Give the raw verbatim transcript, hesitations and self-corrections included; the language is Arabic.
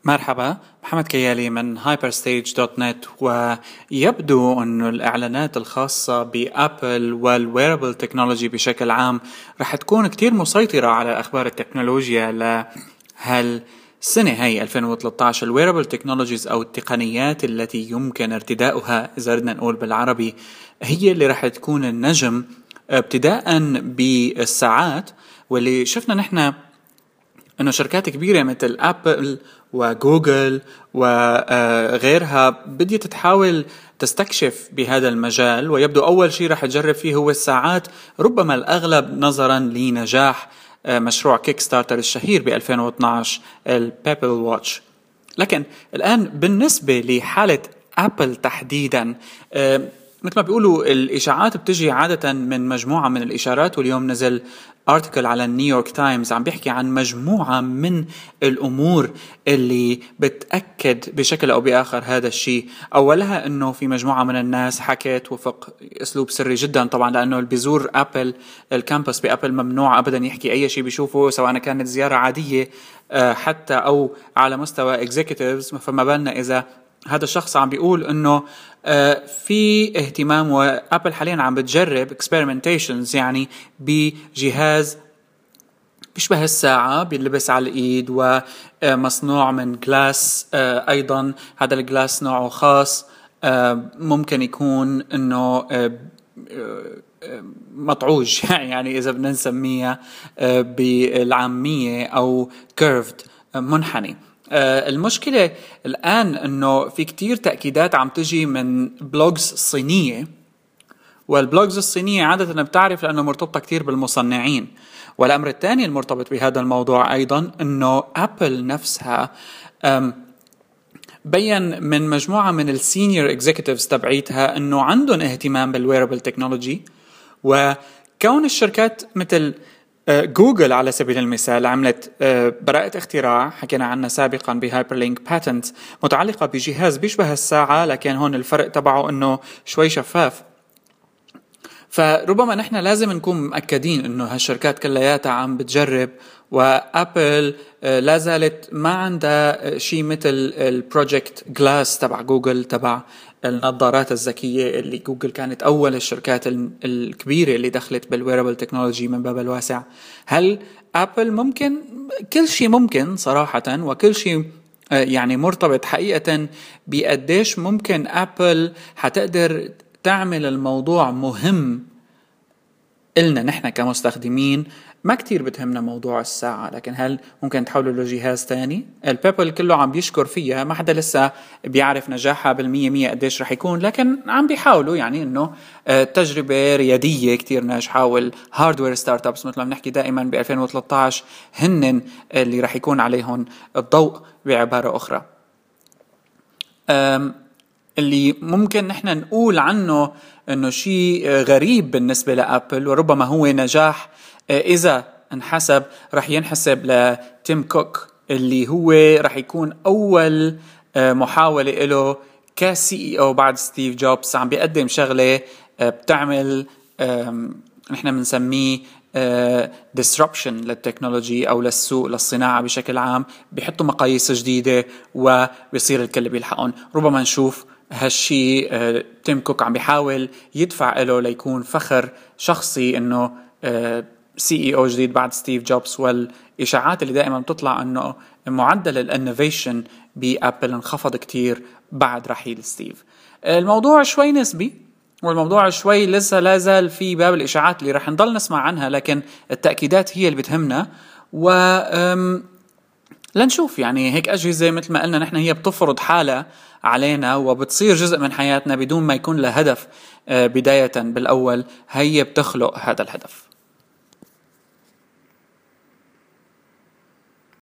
مرحبا، محمد كيالي من هايبرستيج دوت نت. ويبدو أن الإعلانات الخاصة بأبل والويربل تكنولوجي بشكل عام رح تكون كتير مسيطرة على أخبار التكنولوجيا لهالسنة هاي ألفين وثلاثة عشر. الويربل تكنولوجيز أو التقنيات التي يمكن ارتداؤها إذا بدنا نقول بالعربي هي اللي رح تكون النجم، ابتداء بالساعات، واللي شفنا نحن انه شركات كبيرة مثل ابل وجوجل وغيرها بديت تحاول تستكشف بهذا المجال، ويبدو اول شيء رح تجرب فيه هو الساعات، ربما الاغلب نظرا لنجاح مشروع كيك ستارتر الشهير ب ألفين واثني عشر البيبل واتش. لكن الان بالنسبة لحالة ابل تحديدا، مثل ما بيقولوا الإشاعات بتجي عادة من مجموعة من الإشارات، واليوم نزل ارتكل على نيويورك تايمز عم بيحكي عن مجموعة من الأمور اللي بتأكد بشكل أو بآخر هذا الشيء. أولها أنه في مجموعة من الناس حكت وفق أسلوب سري جدا طبعا، لأنه اللي بيزور أبل الكامبس بأبل ممنوع أبدا يحكي أي شيء بيشوفه، سواء كانت زيارة عادية حتى أو على مستوى executives. فما بالنا إذا هذا الشخص عم بيقول انه آه في اهتمام، وابل حاليا عم بتجرب experimentations يعني بجهاز بيشبه الساعة بيلبس على الايد ومصنوع من جلاس. آه ايضا هذا الجلاس نوعه خاص، آه ممكن يكون انه آه مطعوج يعني اذا بدنا نسميها آه بالعامية او curved، منحني. المشكلة الآن أنه في كتير تأكيدات عم تجي من بلوجز صينية، والبلوجز الصينية عادة بتعرف لأنه مرتبطة كتير بالمصنعين. والأمر الثاني المرتبط بهذا الموضوع أيضا أنه أبل نفسها بيّن من مجموعة من السينيور اكزيكتيفز تبعيتها أنه عندهم اهتمام بالويربل تكنولوجي، وكون الشركات مثل جوجل على سبيل المثال عملت براءة اختراع حكينا عنها سابقا بهايبرلينك باتنت متعلقة بجهاز بيشبه الساعة، لكن هون الفرق تبعه انه شوي شفاف. فربما نحن لازم نكون مأكدين انه هالشركات كلياتها عم بتجرب، وابل لا زالت ما عندها شيء مثل البروجكت جلاس تبع جوجل تبع النظارات الذكية، اللي جوجل كانت أول الشركات الكبيرة اللي دخلت بالويربل تكنولوجي من باب الواسع. هل أبل ممكن؟ كل شيء ممكن صراحة، وكل شيء يعني مرتبط حقيقة بقديش ممكن أبل حتقدر تعمل الموضوع مهم إلنا نحن كمستخدمين. ما كتير بتهمنا موضوع الساعة، لكن هل ممكن تحوله لجهاز تاني؟ البيبل كله عم بيشكر فيها، ما حدا لسه بيعرف نجاحها بالمية مية قديش رح يكون، لكن عم بيحاولوا يعني انه تجربة ريادية كتير ناجحة. والهاردوير ستارت ابس مثل ما بنحكي دائما ب ألفين وثلاثة عشر هن اللي رح يكون عليهم الضوء بعبارة اخرى. اللي ممكن نحن نقول عنه انه شيء غريب بالنسبة لأبل، وربما هو نجاح إذا انحسب رح ينحسب لتيم كوك، اللي هو رح يكون أول محاولة له كسي اي او بعد ستيف جوبز. عم بيقدم شغلة بتعمل نحن بنسميه disruption للتكنولوجي أو للسوق للصناعة بشكل عام، بيحطوا مقاييس جديدة وبيصير الكل بيلحقون. ربما نشوف هالشي تيم كوك عم بيحاول يدفع له ليكون فخر شخصي انه سي اي او جديد بعد ستيف جوبز. والإشاعات اللي دائما بتطلع انه معدل الانوفيشن بأبل انخفض كتير بعد رحيل ستيف. الموضوع شوي نسبي، والموضوع شوي لسه لازال في باب الإشاعات اللي رح نضل نسمع عنها، لكن التأكيدات هي اللي بتهمنا. و لنشوف يعني هيك أجهزة مثل ما قلنا نحن هي بتفرض حالة علينا وبتصير جزء من حياتنا بدون ما يكون لها هدف بداية بالأول، هي بتخلق هذا الهدف.